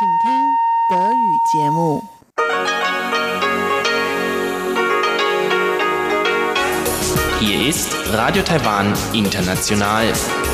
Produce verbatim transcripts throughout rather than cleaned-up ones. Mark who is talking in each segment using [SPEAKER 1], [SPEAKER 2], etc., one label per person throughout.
[SPEAKER 1] Hier ist Radio Taiwan International.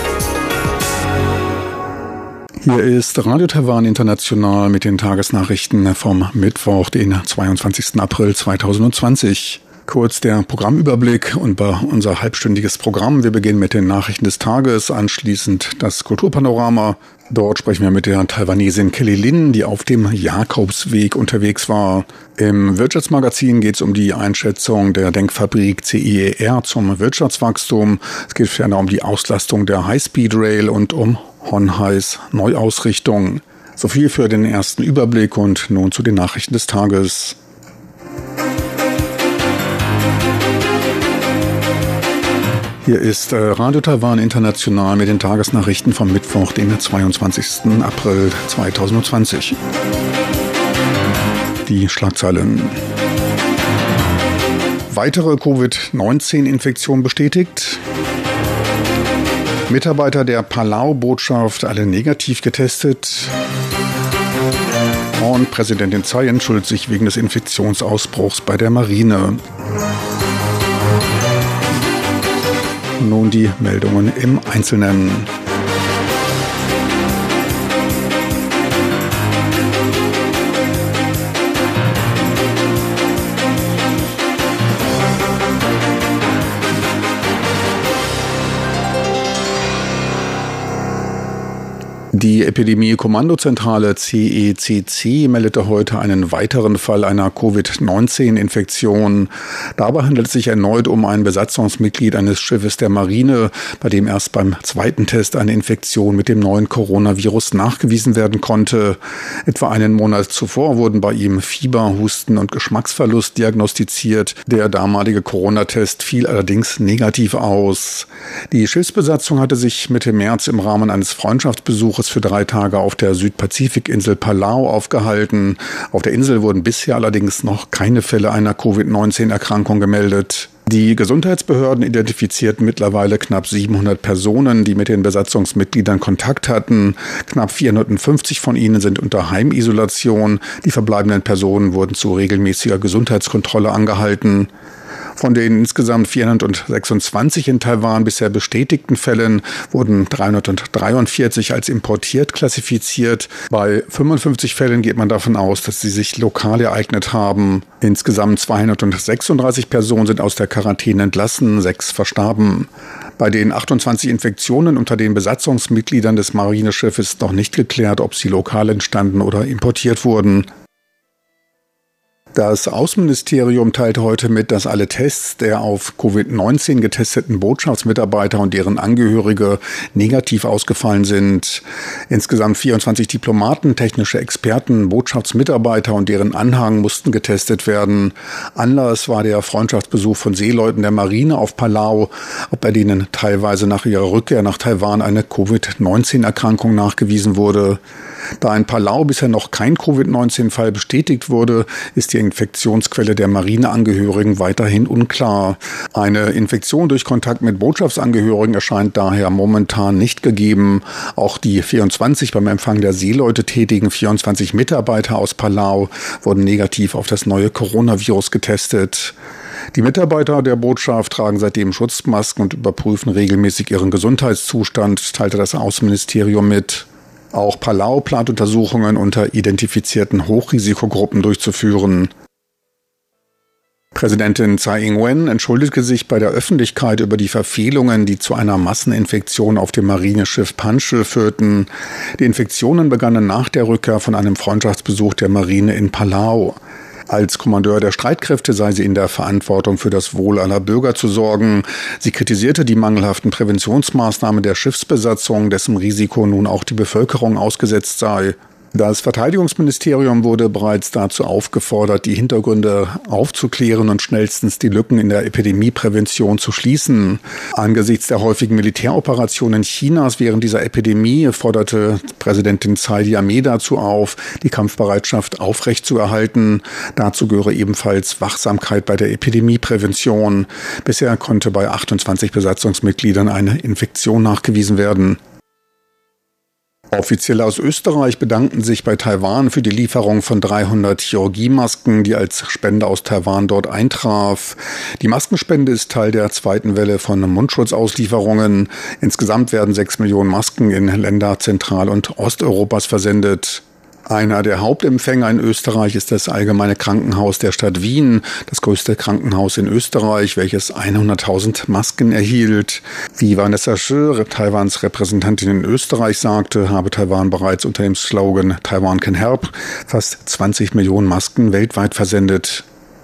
[SPEAKER 2] Hier ist Radio Taiwan International mit den Tagesnachrichten vom Mittwoch, den zweiundzwanzigsten April zweitausendzwanzig. Kurz der Programmüberblick und unser halbstündiges Programm. Wir beginnen mit den Nachrichten des Tages, anschließend das Kulturpanorama. Dort sprechen wir mit der Taiwanesin Kelly Lin, die auf dem Jakobsweg unterwegs war. Im Wirtschaftsmagazin geht es um die Einschätzung der Denkfabrik C I E R zum Wirtschaftswachstum. Es geht ferner um die Auslastung der High-Speed Rail und um Honhais Neuausrichtung. So viel für den ersten Überblick und nun zu den Nachrichten des Tages. Hier ist Radio Taiwan International mit den Tagesnachrichten vom Mittwoch, den zweiundzwanzigsten April zweitausendzwanzig. Die Schlagzeilen. Weitere Covid neunzehn Infektion bestätigt. Mitarbeiter der Palau-Botschaft alle negativ getestet. Und Präsidentin Tsai entschuldigt sich wegen des Infektionsausbruchs bei der Marine. Nun die Meldungen im Einzelnen. Die Epidemie-Kommandozentrale C E C C meldete heute einen weiteren Fall einer Covid neunzehn Infektion. Dabei handelt es sich erneut um ein Besatzungsmitglied eines Schiffes der Marine, bei dem erst beim zweiten Test eine Infektion mit dem neuen Coronavirus nachgewiesen werden konnte. Etwa einen Monat zuvor wurden bei ihm Fieber, Husten und Geschmacksverlust diagnostiziert. Der damalige Corona-Test fiel allerdings negativ aus. Die Schiffsbesatzung hatte sich Mitte März im Rahmen eines Freundschaftsbesuches für drei Tage auf der Südpazifikinsel Palau aufgehalten. Auf der Insel wurden bisher allerdings noch keine Fälle einer Covid neunzehn Erkrankung gemeldet. Die Gesundheitsbehörden identifizierten mittlerweile knapp siebenhundert Personen, die mit den Besatzungsmitgliedern Kontakt hatten. Knapp vierhundertfünfzig von ihnen sind unter Heimisolation. Die verbleibenden Personen wurden zu regelmäßiger Gesundheitskontrolle angehalten. Von den insgesamt vierhundertsechsundzwanzig in Taiwan bisher bestätigten Fällen wurden dreihundertdreiundvierzig als importiert klassifiziert. Bei fünfundfünfzig Fällen geht man davon aus, dass sie sich lokal ereignet haben. Insgesamt zweihundertsechsunddreißig Personen sind aus der Quarantäne entlassen, sechs verstarben. Bei den achtundzwanzig Infektionen unter den Besatzungsmitgliedern des Marineschiffes ist noch nicht geklärt, ob sie lokal entstanden oder importiert wurden. Das Außenministerium teilte heute mit, dass alle Tests der auf Covid neunzehn getesteten Botschaftsmitarbeiter und deren Angehörige negativ ausgefallen sind. Insgesamt vierundzwanzig Diplomaten, technische Experten, Botschaftsmitarbeiter und deren Anhang mussten getestet werden. Anlass war der Freundschaftsbesuch von Seeleuten der Marine auf Palau, ob bei denen teilweise nach ihrer Rückkehr nach Taiwan eine Covid neunzehn Erkrankung nachgewiesen wurde. Da in Palau bisher noch kein Covid neunzehn Fall bestätigt wurde, ist die Infektionsquelle der Marineangehörigen weiterhin unklar. Eine Infektion durch Kontakt mit Botschaftsangehörigen erscheint daher momentan nicht gegeben. Auch die vierundzwanzig beim Empfang der Seeleute tätigen vierundzwanzig Mitarbeiter aus Palau wurden negativ auf das neue Coronavirus getestet. Die Mitarbeiter der Botschaft tragen seitdem Schutzmasken und überprüfen regelmäßig ihren Gesundheitszustand, teilte das Außenministerium mit. Auch Palau plant Untersuchungen unter identifizierten Hochrisikogruppen durchzuführen. Präsidentin Tsai Ing-wen entschuldigte sich bei der Öffentlichkeit über die Verfehlungen, die zu einer Masseninfektion auf dem Marineschiff Panshe führten. Die Infektionen begannen nach der Rückkehr von einem Freundschaftsbesuch der Marine in Palau. Als Kommandeur der Streitkräfte sei sie in der Verantwortung, für das Wohl aller Bürger zu sorgen. Sie kritisierte die mangelhaften Präventionsmaßnahmen der Schiffsbesatzung, dessen Risiko nun auch die Bevölkerung ausgesetzt sei. Das Verteidigungsministerium wurde bereits dazu aufgefordert, die Hintergründe aufzuklären und schnellstens die Lücken in der Epidemieprävention zu schließen. Angesichts der häufigen Militäroperationen Chinas während dieser Epidemie forderte Präsidentin Tsai die Armee dazu auf, die Kampfbereitschaft aufrechtzuerhalten. Dazu gehöre ebenfalls Wachsamkeit bei der Epidemieprävention. Bisher konnte bei achtundzwanzig Besatzungsmitgliedern eine Infektion nachgewiesen werden. Offizielle aus Österreich bedankten sich bei Taiwan für die Lieferung von dreihundert Chirurgiemasken, die als Spende aus Taiwan dort eintraf. Die Maskenspende ist Teil der zweiten Welle von Mundschutzauslieferungen. Insgesamt werden sechs Millionen Masken in Länder Zentral- und Osteuropas versendet. Einer der Hauptempfänger in Österreich ist das Allgemeine Krankenhaus der Stadt Wien, das größte Krankenhaus in Österreich, welches hunderttausend Masken erhielt. Wie Vanessa Xie, Taiwans Repräsentantin in Österreich, sagte, habe Taiwan bereits unter dem Slogan Taiwan can help fast zwanzig Millionen Masken weltweit versendet.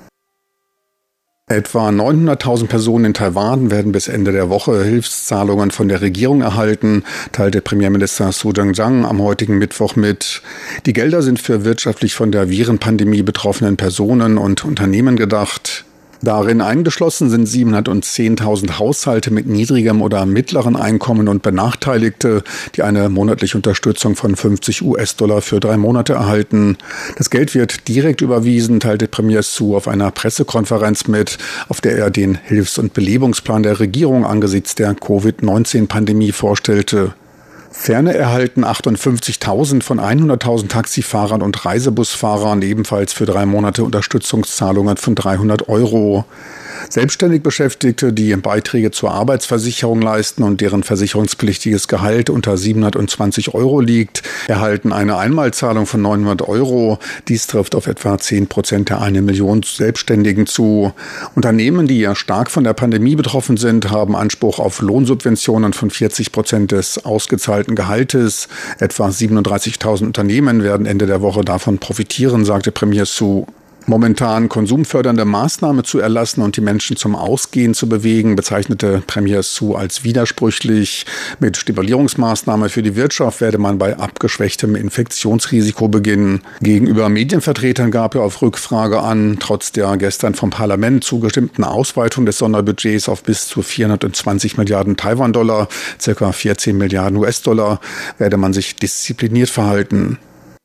[SPEAKER 2] Etwa neunhunderttausend Personen in Taiwan werden bis Ende der Woche Hilfszahlungen von der Regierung erhalten, teilte Premierminister Su Zheng am heutigen Mittwoch mit. Die Gelder sind für wirtschaftlich von der Virenpandemie betroffenen Personen und Unternehmen gedacht. Darin eingeschlossen sind siebenhundertzehntausend Haushalte mit niedrigem oder mittleren Einkommen und Benachteiligte, die eine monatliche Unterstützung von fünfzig US-Dollar für drei Monate erhalten. Das Geld wird direkt überwiesen, teilte Premier Su auf einer Pressekonferenz mit, auf der er den Hilfs- und Belebungsplan der Regierung angesichts der Covid neunzehn Pandemie vorstellte. Ferner erhalten achtundfünfzigtausend von hunderttausend Taxifahrern und Reisebusfahrern ebenfalls für drei Monate Unterstützungszahlungen von dreihundert Euro. Selbstständig Beschäftigte, die Beiträge zur Arbeitsversicherung leisten und deren versicherungspflichtiges Gehalt unter siebenhundertzwanzig Euro liegt, erhalten eine Einmalzahlung von neunhundert Euro. Dies trifft auf etwa zehn Prozent der eine Million Selbstständigen zu. Unternehmen, die ja stark von der Pandemie betroffen sind, haben Anspruch auf Lohnsubventionen von vierzig Prozent des ausgezahlten Gehaltes. Etwa siebenunddreißigtausend Unternehmen werden Ende der Woche davon profitieren, sagte Premier Su. Momentan konsumfördernde Maßnahmen zu erlassen und die Menschen zum Ausgehen zu bewegen, bezeichnete Premier Su als widersprüchlich. Mit Stimulierungsmaßnahmen für die Wirtschaft werde man bei abgeschwächtem Infektionsrisiko beginnen. Gegenüber Medienvertretern gab er auf Rückfrage an, trotz der gestern vom Parlament zugestimmten Ausweitung des Sonderbudgets auf bis zu vierhundertzwanzig Milliarden Taiwan-Dollar, ca. vierzehn Milliarden U S-Dollar, werde man sich diszipliniert verhalten.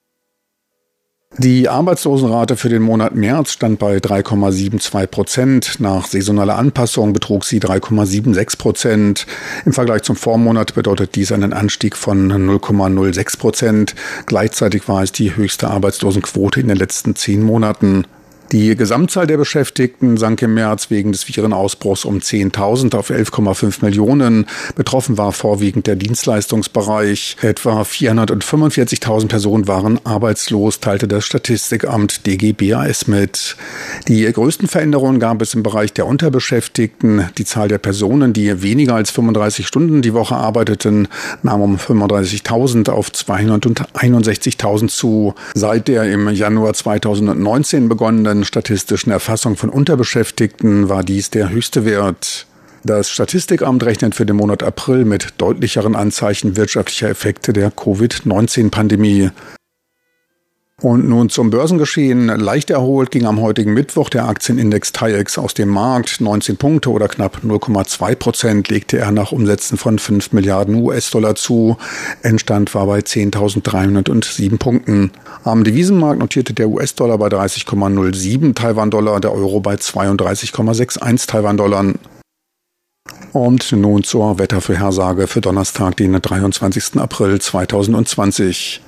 [SPEAKER 2] Die Arbeitslosenrate für den Monat März stand bei drei Komma zweiundsiebzig Prozent. Nach saisonaler Anpassung betrug sie drei Komma sechsundsiebzig Prozent. Im Vergleich zum Vormonat bedeutet dies einen Anstieg von null Komma null sechs Prozent. Gleichzeitig war es die höchste Arbeitslosenquote in den letzten zehn Monaten. Die Gesamtzahl der Beschäftigten sank im März wegen des Virenausbruchs um zehntausend auf elf Komma fünf Millionen. Betroffen war vorwiegend der Dienstleistungsbereich. Etwa vierhundertfünfundvierzigtausend Personen waren arbeitslos, teilte das Statistikamt D G B A S mit. Die größten Veränderungen gab es im Bereich der Unterbeschäftigten. Die Zahl der Personen, die weniger als fünfunddreißig Stunden die Woche arbeiteten, nahm um fünfunddreißigtausend auf zweihunderteinundsechzigtausend zu. Seit der im Januar zweitausendneunzehn begonnenen statistischen Erfassung von Unterbeschäftigten war dies der höchste Wert. Das Statistikamt rechnet für den Monat April mit deutlicheren Anzeichen wirtschaftlicher Effekte der Covid neunzehn Pandemie. Und nun zum Börsengeschehen. Leicht erholt ging am heutigen Mittwoch der Aktienindex T A I E X aus dem Markt. neunzehn Punkte oder knapp null Komma zwei Prozent legte er nach Umsätzen von fünf Milliarden U S-Dollar zu. Endstand war bei zehntausenddreihundertsieben Punkten. Am Devisenmarkt notierte der U S-Dollar bei dreißig Komma null sieben Taiwan-Dollar, der Euro bei zweiunddreißig Komma einundsechzig Taiwan-Dollar. Und nun zur Wettervorhersage für Donnerstag, den dreiundzwanzigsten April zweitausendzwanzig.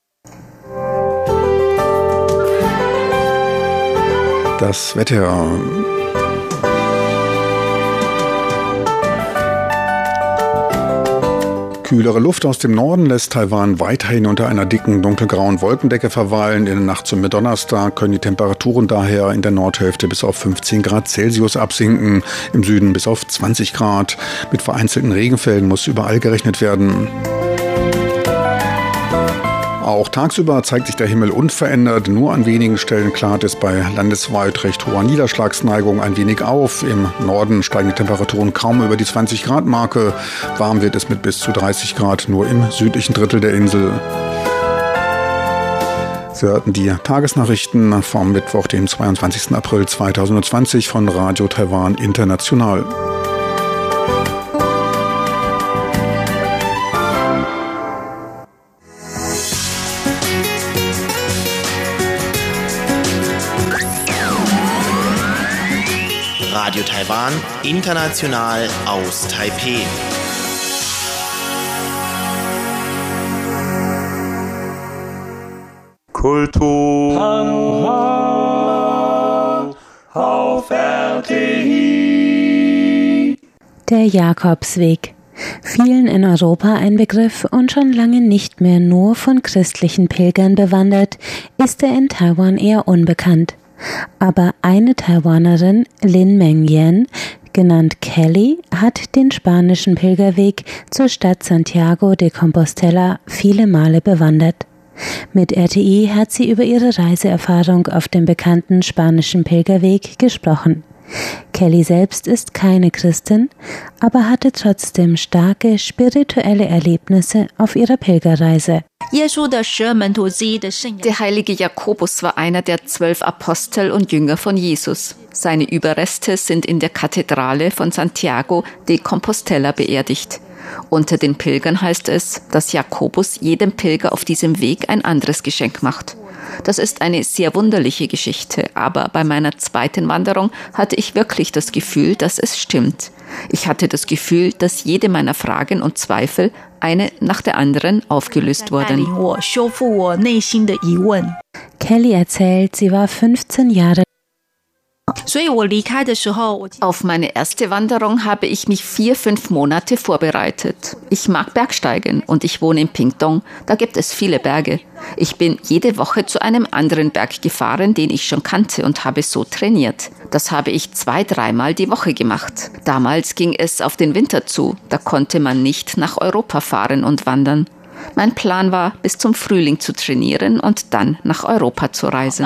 [SPEAKER 2] Das Wetter. Kühlere Luft aus dem Norden lässt Taiwan weiterhin unter einer dicken, dunkelgrauen Wolkendecke verweilen. In der Nacht zum Donnerstag können die Temperaturen daher in der Nordhälfte bis auf fünfzehn Grad Celsius absinken, im Süden bis auf zwanzig Grad. Mit vereinzelten Regenfällen muss überall gerechnet werden. Auch tagsüber zeigt sich der Himmel unverändert. Nur an wenigen Stellen klart es bei landesweit recht hoher Niederschlagsneigung ein wenig auf. Im Norden steigen die Temperaturen kaum über die zwanzig Grad Marke. Warm wird es mit bis zu dreißig Grad nur im südlichen Drittel der Insel. Sie hörten die Tagesnachrichten vom Mittwoch, dem zweiundzwanzigsten April zweitausendzwanzig von Radio Taiwan International.
[SPEAKER 1] Radio Taiwan International aus Taipeh.
[SPEAKER 3] Kultur auf R T I.
[SPEAKER 4] Der Jakobsweg. Vielen in Europa ein Begriff und schon lange nicht mehr nur von christlichen Pilgern bewandert, ist er in Taiwan eher unbekannt. Aber eine Taiwanerin, Lin Meng-Yen, genannt Kelly, hat den spanischen Pilgerweg zur Stadt Santiago de Compostela viele Male bewandert. Mit R T I hat sie über ihre Reiseerfahrung auf dem bekannten spanischen Pilgerweg gesprochen. Kelly selbst ist keine Christin, aber hatte trotzdem starke spirituelle Erlebnisse auf ihrer Pilgerreise.
[SPEAKER 5] Der heilige Jakobus war einer der zwölf Apostel und Jünger von Jesus. Seine Überreste sind in der Kathedrale von Santiago de Compostela beerdigt. Unter den Pilgern heißt es, dass Jakobus jedem Pilger auf diesem Weg ein anderes Geschenk macht. Das ist eine sehr wunderliche Geschichte, aber bei meiner zweiten Wanderung hatte ich wirklich das Gefühl, dass es stimmt. Ich hatte das Gefühl, dass jede meiner Fragen und Zweifel eine nach der anderen aufgelöst wurden.
[SPEAKER 4] Kelly erzählt, sie war fünfzehn Jahre.
[SPEAKER 5] Auf meine erste Wanderung habe ich mich vier, fünf Monate vorbereitet. Ich mag Bergsteigen und ich wohne in Pingtung, da gibt es viele Berge. Ich bin jede Woche zu einem anderen Berg gefahren, den ich schon kannte und habe so trainiert. Das habe ich zwei, dreimal die Woche gemacht. Damals ging es auf den Winter zu, da konnte man nicht nach Europa fahren und wandern. Mein Plan war, bis zum Frühling zu trainieren und dann nach Europa zu reisen.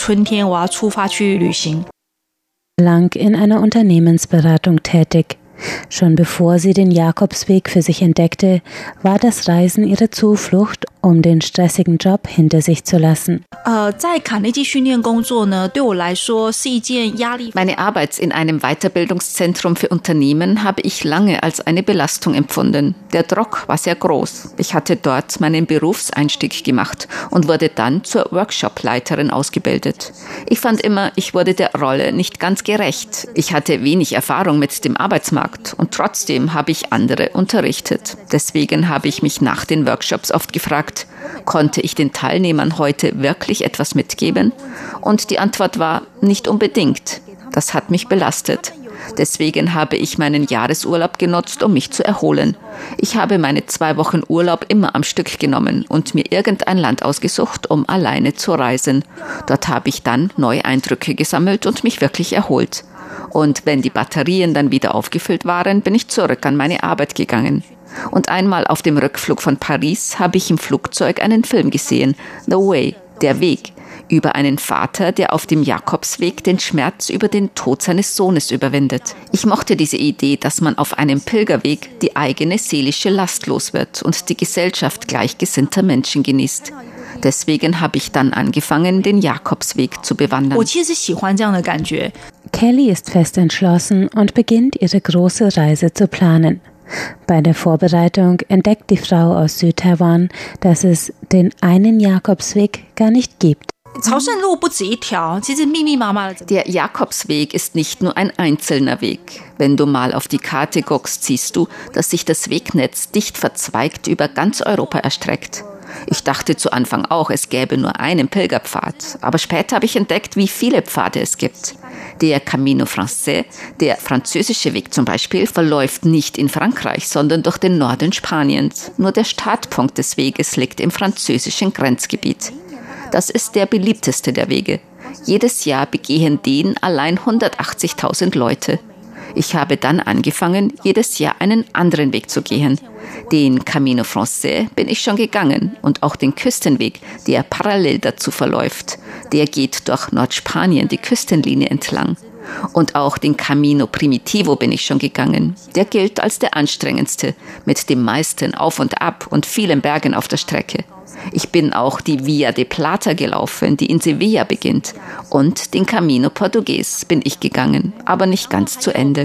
[SPEAKER 4] Lang in einer Unternehmensberatung tätig. Schon bevor sie den Jakobsweg für sich entdeckte, war das Reisen ihre Zuflucht, um den stressigen Job hinter sich zu lassen.
[SPEAKER 5] Meine Arbeit in einem Weiterbildungszentrum für Unternehmen habe ich lange als eine Belastung empfunden. Der Druck war sehr groß. Ich hatte dort meinen Berufseinstieg gemacht und wurde dann zur Workshopleiterin ausgebildet. Ich fand immer, ich wurde der Rolle nicht ganz gerecht. Ich hatte wenig Erfahrung mit dem Arbeitsmarkt. Und trotzdem habe ich andere unterrichtet. Deswegen habe ich mich nach den Workshops oft gefragt, konnte ich den Teilnehmern heute wirklich etwas mitgeben? Und die Antwort war, nicht unbedingt. Das hat mich belastet. Deswegen habe ich meinen Jahresurlaub genutzt, um mich zu erholen. Ich habe meine zwei Wochen Urlaub immer am Stück genommen und mir irgendein Land ausgesucht, um alleine zu reisen. Dort habe ich dann neue Eindrücke gesammelt und mich wirklich erholt. Und wenn die Batterien dann wieder aufgefüllt waren, bin ich zurück an meine Arbeit gegangen. Und einmal auf dem Rückflug von Paris habe ich im Flugzeug einen Film gesehen, The Way, der Weg, über einen Vater, der auf dem Jakobsweg den Schmerz über den Tod seines Sohnes überwindet. Ich mochte diese Idee, dass man auf einem Pilgerweg die eigene seelische Last los wird und die Gesellschaft gleichgesinnter Menschen genießt. Deswegen habe ich dann angefangen, den Jakobsweg zu bewandern.
[SPEAKER 4] Kelly ist fest entschlossen und beginnt ihre große Reise zu planen. Bei der Vorbereitung entdeckt die Frau aus Südtaiwan, dass es den einen Jakobsweg gar nicht gibt.
[SPEAKER 5] Der Jakobsweg ist nicht nur ein einzelner Weg. Wenn du mal auf die Karte guckst, siehst du, dass sich das Wegnetz dicht verzweigt über ganz Europa erstreckt. Ich dachte zu Anfang auch, es gäbe nur einen Pilgerpfad, aber später habe ich entdeckt, wie viele Pfade es gibt. Der Camino Français, der französische Weg zum Beispiel, verläuft nicht in Frankreich, sondern durch den Norden Spaniens. Nur der Startpunkt des Weges liegt im französischen Grenzgebiet. Das ist der beliebteste der Wege. Jedes Jahr begehen den allein hundertachtzigtausend Leute. Ich habe dann angefangen, jedes Jahr einen anderen Weg zu gehen. Den Camino Français bin ich schon gegangen und auch den Küstenweg, der parallel dazu verläuft. Der geht durch Nordspanien die Küstenlinie entlang. Und auch den Camino Primitivo bin ich schon gegangen. Der gilt als der anstrengendste, mit dem meisten Auf und Ab und vielen Bergen auf der Strecke. Ich bin auch die Via de Plata gelaufen, die in Sevilla beginnt. Und den Camino Portugues bin ich gegangen, aber nicht ganz zu Ende.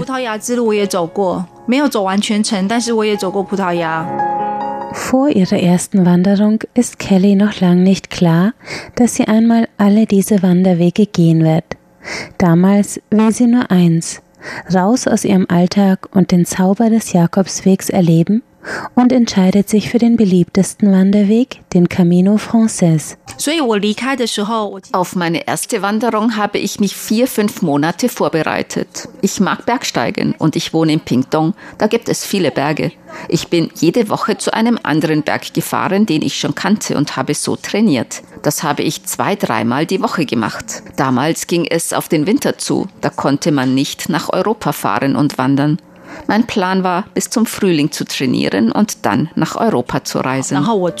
[SPEAKER 4] Vor ihrer ersten Wanderung ist Kelly noch lang nicht klar, dass sie einmal alle diese Wanderwege gehen wird. Damals will sie nur eins: raus aus ihrem Alltag und den Zauber des Jakobswegs erleben und entscheidet sich für den beliebtesten Wanderweg, den Camino Frances.
[SPEAKER 5] Auf meine erste Wanderung habe ich mich vier, fünf Monate vorbereitet. Ich mag Bergsteigen und ich wohne in Pingtung, da gibt es viele Berge. Ich bin jede Woche zu einem anderen Berg gefahren, den ich schon kannte und habe so trainiert. Das habe ich zwei, dreimal die Woche gemacht. Damals ging es auf den Winter zu, da konnte man nicht nach Europa fahren und wandern. Mein Plan war, bis zum Frühling zu trainieren und dann nach Europa zu reisen.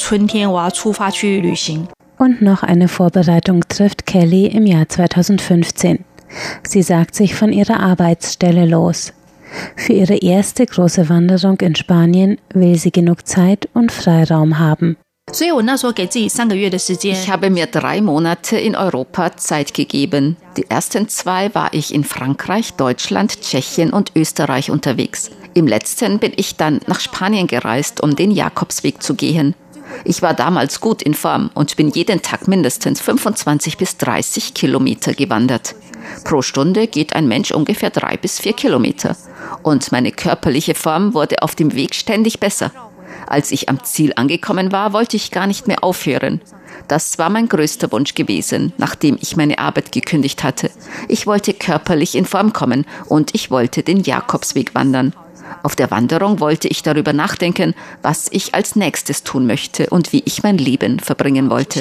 [SPEAKER 4] Und noch eine Vorbereitung trifft Kelly im Jahr zweitausendfünfzehn. Sie sagt sich von ihrer Arbeitsstelle los. Für ihre erste große Wanderung in Spanien will sie genug Zeit und Freiraum haben.
[SPEAKER 5] Ich habe mir drei Monate in Europa Zeit gegeben. Die ersten zwei war ich in Frankreich, Deutschland, Tschechien und Österreich unterwegs. Im letzten bin ich dann nach Spanien gereist, um den Jakobsweg zu gehen. Ich war damals gut in Form und bin jeden Tag mindestens fünfundzwanzig bis dreißig Kilometer gewandert. Pro Stunde geht ein Mensch ungefähr drei bis vier Kilometer. Und meine körperliche Form wurde auf dem Weg ständig besser. Als ich am Ziel angekommen war, wollte ich gar nicht mehr aufhören. Das war mein größter Wunsch gewesen, nachdem ich meine Arbeit gekündigt hatte. Ich wollte körperlich in Form kommen und ich wollte den Jakobsweg wandern. Auf der Wanderung wollte ich darüber nachdenken, was ich als nächstes tun möchte und wie ich mein Leben verbringen wollte.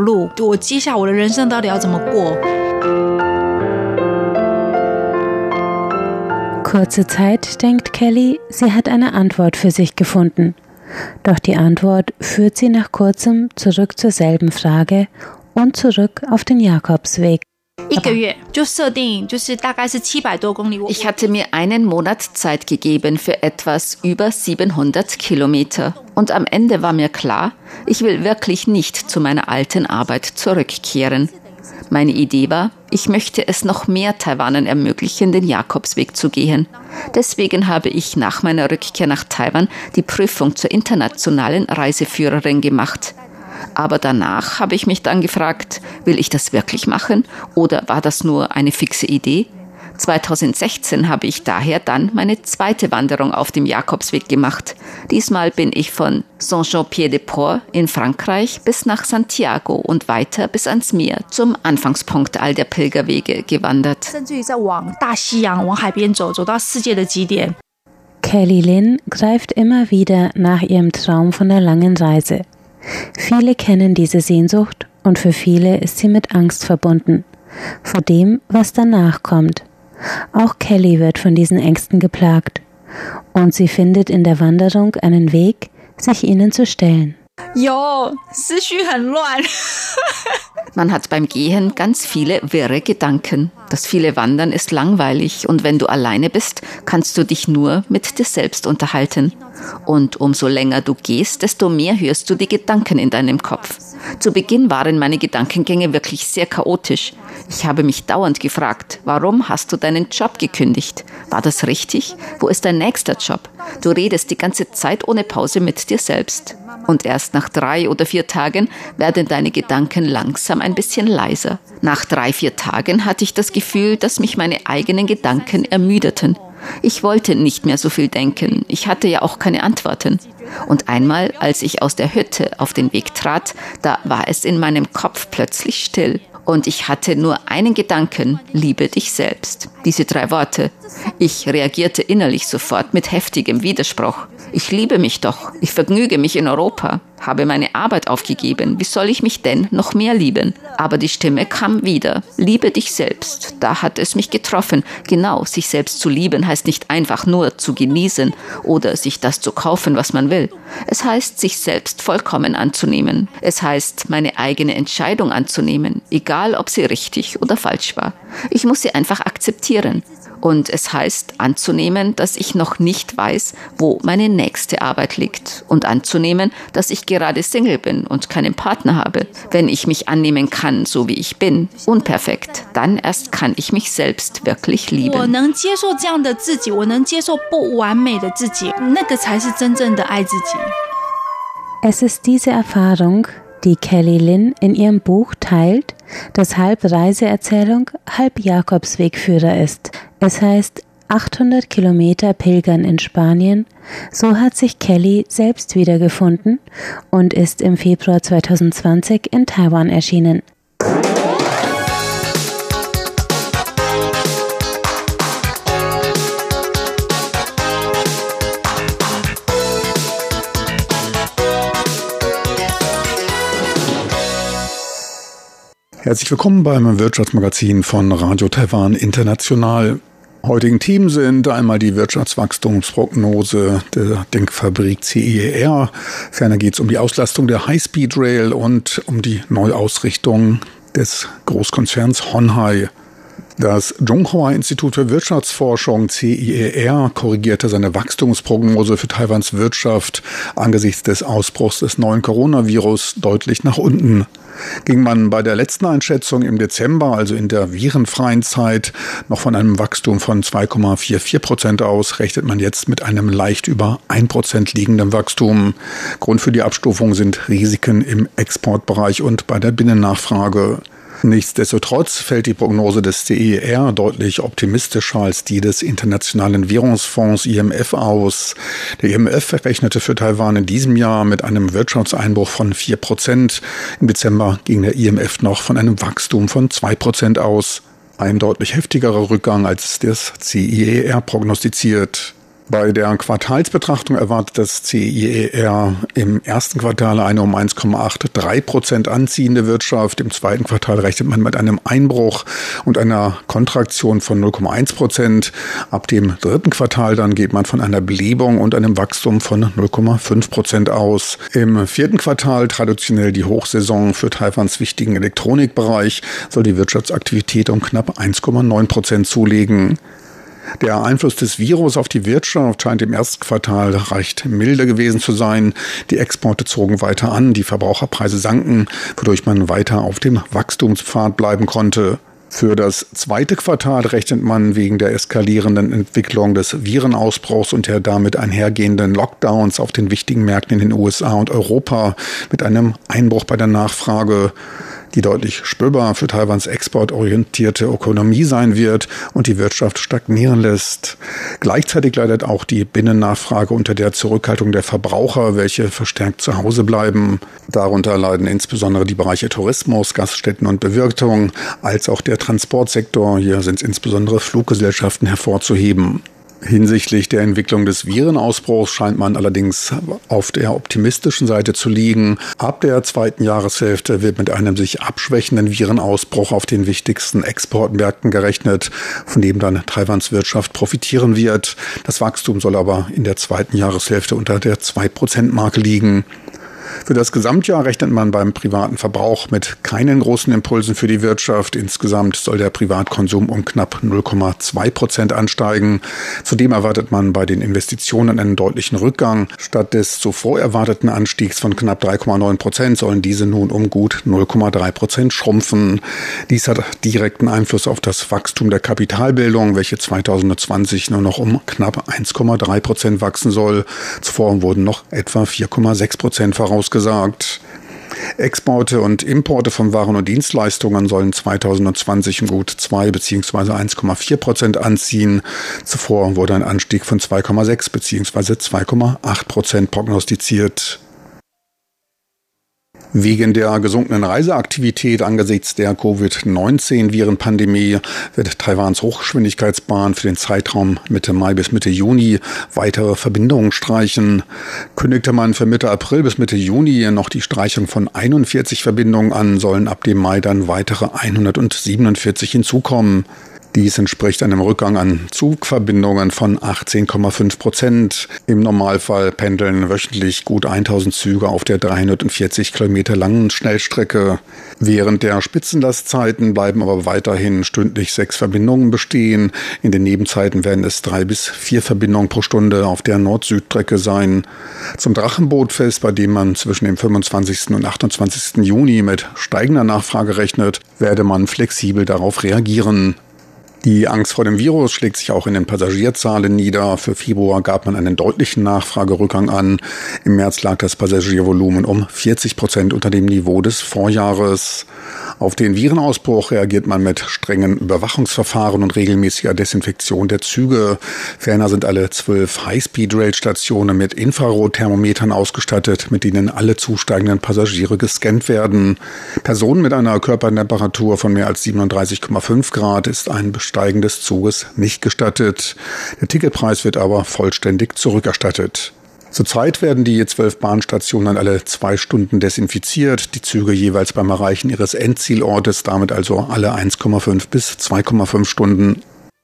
[SPEAKER 4] Kurze Zeit denkt Kelly, sie hat eine Antwort für sich gefunden. Doch die Antwort führt sie nach kurzem zurück zur selben Frage und zurück auf den Jakobsweg.
[SPEAKER 5] Ich hatte mir einen Monat Zeit gegeben für etwas über siebenhundert Kilometer. Und am Ende war mir klar, ich will wirklich nicht zu meiner alten Arbeit zurückkehren. Meine Idee war, ich möchte es noch mehr Taiwanern ermöglichen, den Jakobsweg zu gehen. Deswegen habe ich nach meiner Rückkehr nach Taiwan die Prüfung zur internationalen Reiseführerin gemacht. Aber danach habe ich mich dann gefragt, will ich das wirklich machen oder war das nur eine fixe Idee? zweitausendsechzehn habe ich daher dann meine zweite Wanderung auf dem Jakobsweg gemacht. Diesmal bin ich von Saint-Jean-Pied-de-Port in Frankreich bis nach Santiago und weiter bis ans Meer zum Anfangspunkt all der Pilgerwege gewandert.
[SPEAKER 4] Kelly Lin greift immer wieder nach ihrem Traum von der langen Reise. Viele kennen diese Sehnsucht und für viele ist sie mit Angst verbunden, vor dem, was danach kommt. Auch Kelly wird von diesen Ängsten geplagt und sie findet in der Wanderung einen Weg, sich ihnen zu stellen.
[SPEAKER 5] Man hat beim Gehen ganz viele wirre Gedanken. Das viele Wandern ist langweilig und wenn du alleine bist, kannst du dich nur mit dir selbst unterhalten. Und umso länger du gehst, desto mehr hörst du die Gedanken in deinem Kopf. Zu Beginn waren meine Gedankengänge wirklich sehr chaotisch. Ich habe mich dauernd gefragt, warum hast du deinen Job gekündigt? War das richtig? Wo ist dein nächster Job? Du redest die ganze Zeit ohne Pause mit dir selbst. Und erst nach drei oder vier Tagen werden deine Gedanken langsam ein bisschen leiser. Nach drei, vier Tagen hatte ich das Gefühl, dass mich meine eigenen Gedanken ermüdeten. Ich wollte nicht mehr so viel denken. Ich hatte ja auch keine Antworten. Und einmal, als ich aus der Hütte auf den Weg trat, da war es in meinem Kopf plötzlich still. Und ich hatte nur einen Gedanken, liebe dich selbst. Diese drei Worte. Ich reagierte innerlich sofort mit heftigem Widerspruch. Ich liebe mich doch. Ich vergnüge mich in Europa. Habe meine Arbeit aufgegeben. Wie soll ich mich denn noch mehr lieben? Aber die Stimme kam wieder. Liebe dich selbst. Da hat es mich getroffen. Genau, sich selbst zu lieben heißt nicht einfach nur zu genießen oder sich das zu kaufen, was man will. Es heißt, sich selbst vollkommen anzunehmen. Es heißt, meine eigene Entscheidung anzunehmen, egal ob sie richtig oder falsch war. Ich muss sie einfach akzeptieren. Und es heißt anzunehmen, dass ich noch nicht weiß, wo meine nächste Arbeit liegt. Und anzunehmen, dass ich gerade Single bin und keinen Partner habe. Wenn ich mich annehmen kann, so wie ich bin, unperfekt, dann erst kann ich mich selbst wirklich lieben.
[SPEAKER 4] Es ist diese Erfahrung, die Kelly Lin in ihrem Buch teilt, das halb Reiseerzählung, halb Jakobswegführer ist. Es heißt achthundert Kilometer pilgern in Spanien, so hat sich Kelly selbst wiedergefunden und ist im Februar zweitausendzwanzig in Taiwan erschienen.
[SPEAKER 2] Herzlich willkommen beim Wirtschaftsmagazin von Radio Taiwan International. Heutigen Themen sind einmal die Wirtschaftswachstumsprognose der Denkfabrik C E E R. Ferner geht es um die Auslastung der High-Speed Rail und um die Neuausrichtung des Großkonzerns Hon Hai. Das Zhonghua Institut für Wirtschaftsforschung C I E R korrigierte seine Wachstumsprognose für Taiwans Wirtschaft angesichts des Ausbruchs des neuen Coronavirus deutlich nach unten. Ging man bei der letzten Einschätzung im Dezember, also in der virenfreien Zeit, noch von einem Wachstum von zwei Komma vierundvierzig Prozent aus, rechnet man jetzt mit einem leicht über ein Prozent liegenden Wachstum. Grund für die Abstufung sind Risiken im Exportbereich und bei der Binnennachfrage. Nichtsdestotrotz fällt die Prognose des C E E R deutlich optimistischer als die des Internationalen Währungsfonds I M F aus. Der I M F rechnete für Taiwan in diesem Jahr mit einem Wirtschaftseinbruch von vier Prozent. Im Dezember ging der I M F noch von einem Wachstum von zwei Prozent aus. Ein deutlich heftigerer Rückgang als das C I E E R prognostiziert. Bei der Quartalsbetrachtung erwartet das C I E E R im ersten Quartal eine um eins Komma dreiundachtzig Prozent anziehende Wirtschaft. Im zweiten Quartal rechnet man mit einem Einbruch und einer Kontraktion von null Komma eins Prozent. Ab dem dritten Quartal dann geht man von einer Belebung und einem Wachstum von null Komma fünf Prozent aus. Im vierten Quartal, traditionell die Hochsaison für Taiwans wichtigen Elektronikbereich, soll die Wirtschaftsaktivität um knapp eins Komma neun Prozent zulegen. Der Einfluss des Virus auf die Wirtschaft scheint im ersten Quartal recht milde gewesen zu sein. Die Exporte zogen weiter an, die Verbraucherpreise sanken, wodurch man weiter auf dem Wachstumspfad bleiben konnte. Für das zweite Quartal rechnet man wegen der eskalierenden Entwicklung des Virenausbruchs und der damit einhergehenden Lockdowns auf den wichtigen Märkten in den U S A und Europa mit einem Einbruch bei der Nachfrage, die deutlich spürbar für Taiwans exportorientierte Ökonomie sein wird und die Wirtschaft stagnieren lässt. Gleichzeitig leidet auch die Binnennachfrage unter der Zurückhaltung der Verbraucher, welche verstärkt zu Hause bleiben. Darunter leiden insbesondere die Bereiche Tourismus, Gaststätten und Bewirtung, als auch der Transportsektor. Hier sind es insbesondere Fluggesellschaften hervorzuheben. Hinsichtlich der Entwicklung des Virenausbruchs scheint man allerdings auf der optimistischen Seite zu liegen. Ab der zweiten Jahreshälfte wird mit einem sich abschwächenden Virenausbruch auf den wichtigsten Exportmärkten gerechnet, von dem dann Taiwans Wirtschaft profitieren wird. Das Wachstum soll aber in der zweiten Jahreshälfte unter der zwei Prozent Marke liegen. Für das Gesamtjahr rechnet man beim privaten Verbrauch mit keinen großen Impulsen für die Wirtschaft. Insgesamt soll der Privatkonsum um knapp null Komma zwei Prozent ansteigen. Zudem erwartet man bei den Investitionen einen deutlichen Rückgang. Statt des zuvor erwarteten Anstiegs von knapp drei Komma neun Prozent sollen diese nun um gut null Komma drei Prozent schrumpfen. Dies hat direkten Einfluss auf das Wachstum der Kapitalbildung, welche zweitausendzwanzig nur noch um knapp eins Komma drei Prozent wachsen soll. Zuvor wurden noch etwa vier Komma sechs Prozent vorausgesagt. Exporte und Importe von Waren und Dienstleistungen sollen zweitausendzwanzig um gut zwei bzw. eins Komma vier Prozent anziehen. Zuvor wurde ein Anstieg von zwei Komma sechs bzw. zwei Komma acht Prozent prognostiziert. Wegen der gesunkenen Reiseaktivität angesichts der Covid neunzehn Virenpandemie wird Taiwans Hochgeschwindigkeitsbahn für den Zeitraum Mitte Mai bis Mitte Juni weitere Verbindungen streichen. Kündigte man für Mitte April bis Mitte Juni noch die Streichung von einundvierzig Verbindungen an, sollen ab dem Mai dann weitere hundertsiebenundvierzig hinzukommen. Dies entspricht einem Rückgang an Zugverbindungen von achtzehn Komma fünf Prozent. Im Normalfall pendeln wöchentlich gut tausend Züge auf der dreihundertvierzig Kilometer langen Schnellstrecke. Während der Spitzenlastzeiten bleiben aber weiterhin stündlich sechs Verbindungen bestehen. In den Nebenzeiten werden es drei bis vier Verbindungen pro Stunde auf der Nord-Süd-Strecke sein. Zum Drachenbootfest, bei dem man zwischen dem fünfundzwanzigsten und achtundzwanzigsten Juni mit steigender Nachfrage rechnet, werde man flexibel darauf reagieren. Die Angst vor dem Virus schlägt sich auch in den Passagierzahlen nieder. Für Februar gab man einen deutlichen Nachfragerückgang an. Im März lag das Passagiervolumen um vierzig Prozent unter dem Niveau des Vorjahres. Auf den Virenausbruch reagiert man mit strengen Überwachungsverfahren und regelmäßiger Desinfektion der Züge. Ferner sind alle zwölf High-Speed-Rail-Stationen mit Infrarotthermometern ausgestattet, mit denen alle zusteigenden Passagiere gescannt werden. Personen mit einer Körpertemperatur von mehr als siebenunddreißig Komma fünf Grad ist ein Besteigen des Zuges nicht gestattet. Der Ticketpreis wird aber vollständig zurückerstattet. Zurzeit werden die zwölf Bahnstationen alle zwei Stunden desinfiziert, die Züge jeweils beim Erreichen ihres Endzielortes, damit also alle eins Komma fünf bis zwei Komma fünf Stunden.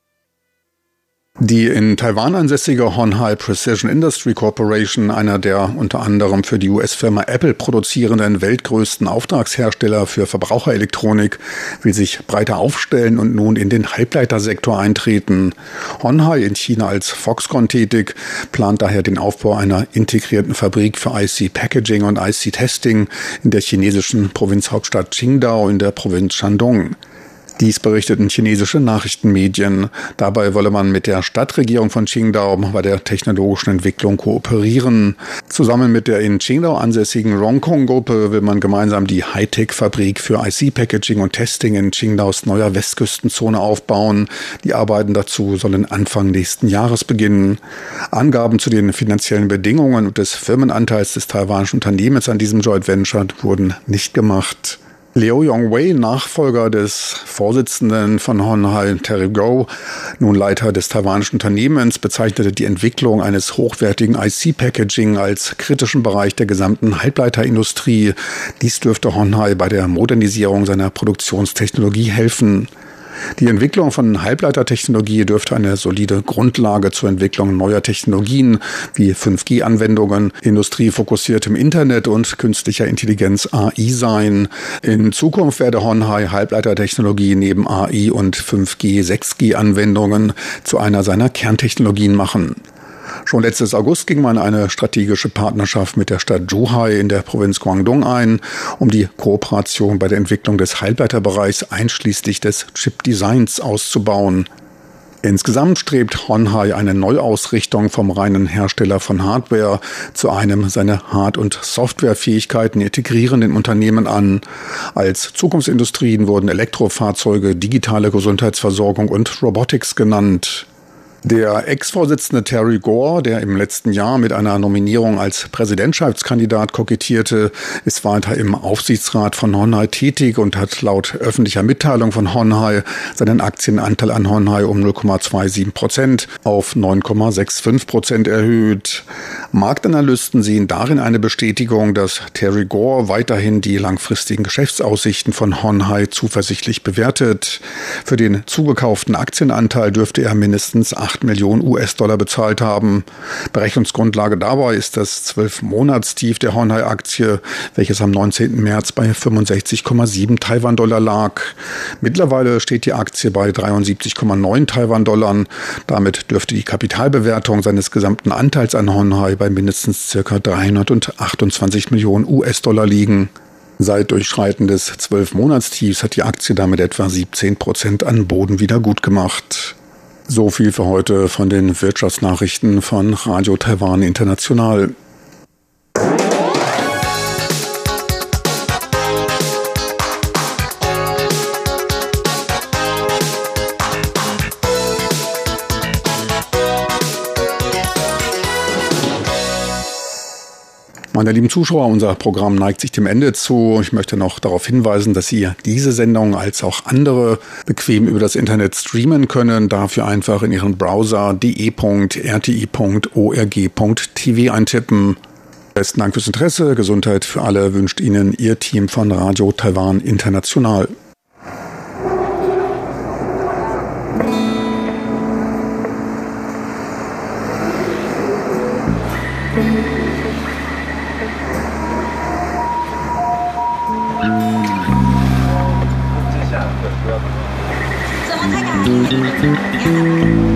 [SPEAKER 2] Die in Taiwan ansässige Hon Hai Precision Industry Corporation, einer der unter anderem für die U S-Firma Apple produzierenden weltgrößten Auftragshersteller für Verbraucherelektronik, will sich breiter aufstellen und nun in den Halbleitersektor eintreten. Hon Hai, in China als Foxconn tätig, plant daher den Aufbau einer integrierten Fabrik für I C-Packaging und I C-Testing in der chinesischen Provinzhauptstadt Qingdao in der Provinz Shandong. Dies berichteten chinesische Nachrichtenmedien. Dabei wolle man mit der Stadtregierung von Qingdao bei der technologischen Entwicklung kooperieren. Zusammen mit der in Qingdao ansässigen Rongkong-Gruppe will man gemeinsam die Hightech-Fabrik für I C-Packaging und Testing in Qingdaos neuer Westküstenzone aufbauen. Die Arbeiten dazu sollen Anfang nächsten Jahres beginnen. Angaben zu den finanziellen Bedingungen und des Firmenanteils des taiwanischen Unternehmens an diesem Joint Venture wurden nicht gemacht. Liu Yongwei, Nachfolger des Vorsitzenden von Hon Hai, Terry Gou, nun Leiter des taiwanischen Unternehmens, bezeichnete die Entwicklung eines hochwertigen I C-Packaging als kritischen Bereich der gesamten Halbleiterindustrie. Dies dürfte Hon Hai bei der Modernisierung seiner Produktionstechnologie helfen. Die Entwicklung von Halbleitertechnologie dürfte eine solide Grundlage zur Entwicklung neuer Technologien wie fünf G Anwendungen, industriefokussiertem Internet und künstlicher Intelligenz A I sein. In Zukunft werde Hon Hai Halbleitertechnologie neben A I und fünf G, sechs G Anwendungen zu einer seiner Kerntechnologien machen. Schon letztes August ging man eine strategische Partnerschaft mit der Stadt Zhuhai in der Provinz Guangdong ein, um die Kooperation bei der Entwicklung des Halbleiterbereichs einschließlich des Chip-Designs auszubauen. Insgesamt strebt Hon Hai eine Neuausrichtung vom reinen Hersteller von Hardware zu einem seine Hard- und Softwarefähigkeiten integrierenden Unternehmen an. Als Zukunftsindustrien wurden Elektrofahrzeuge, digitale Gesundheitsversorgung und Robotics genannt. Der Ex-Vorsitzende Terry Gou, der im letzten Jahr mit einer Nominierung als Präsidentschaftskandidat kokettierte, ist weiter im Aufsichtsrat von Hon Hai tätig und hat laut öffentlicher Mitteilung von Hon Hai seinen Aktienanteil an Hon Hai um null Komma siebenundzwanzig Prozent auf neun Komma fünfundsechzig Prozent erhöht. Marktanalysten sehen darin eine Bestätigung, dass Terry Gou weiterhin die langfristigen Geschäftsaussichten von Hon Hai zuversichtlich bewertet. Für den zugekauften Aktienanteil dürfte er mindestens acht Millionen U S-Dollar bezahlt haben. Berechnungsgrundlage dabei ist das zwölf-Monats-Tief der Hon Hai-Aktie, welches am neunzehnten März bei fünfundsechzig Komma sieben Taiwan-Dollar lag. Mittlerweile steht die Aktie bei dreiundsiebzig Komma neun Taiwan-Dollar. Damit dürfte die Kapitalbewertung seines gesamten Anteils an Hon Hai bei mindestens ca. dreihundertachtundzwanzig Millionen U S-Dollar liegen. Seit Durchschreiten des zwölf-Monats-Tiefs hat die Aktie damit etwa siebzehn Prozent an Boden wieder gut gemacht. So viel für heute von den Wirtschaftsnachrichten von Radio Taiwan International. Meine lieben Zuschauer, unser Programm neigt sich dem Ende zu. Ich möchte noch darauf hinweisen, dass Sie diese Sendung als auch andere bequem über das Internet streamen können. Dafür einfach in Ihren Browser de punkt r t i punkt org punkt t v eintippen. Besten Dank fürs Interesse. Gesundheit für alle wünscht Ihnen Ihr Team von Radio Taiwan International.
[SPEAKER 6] Thank you.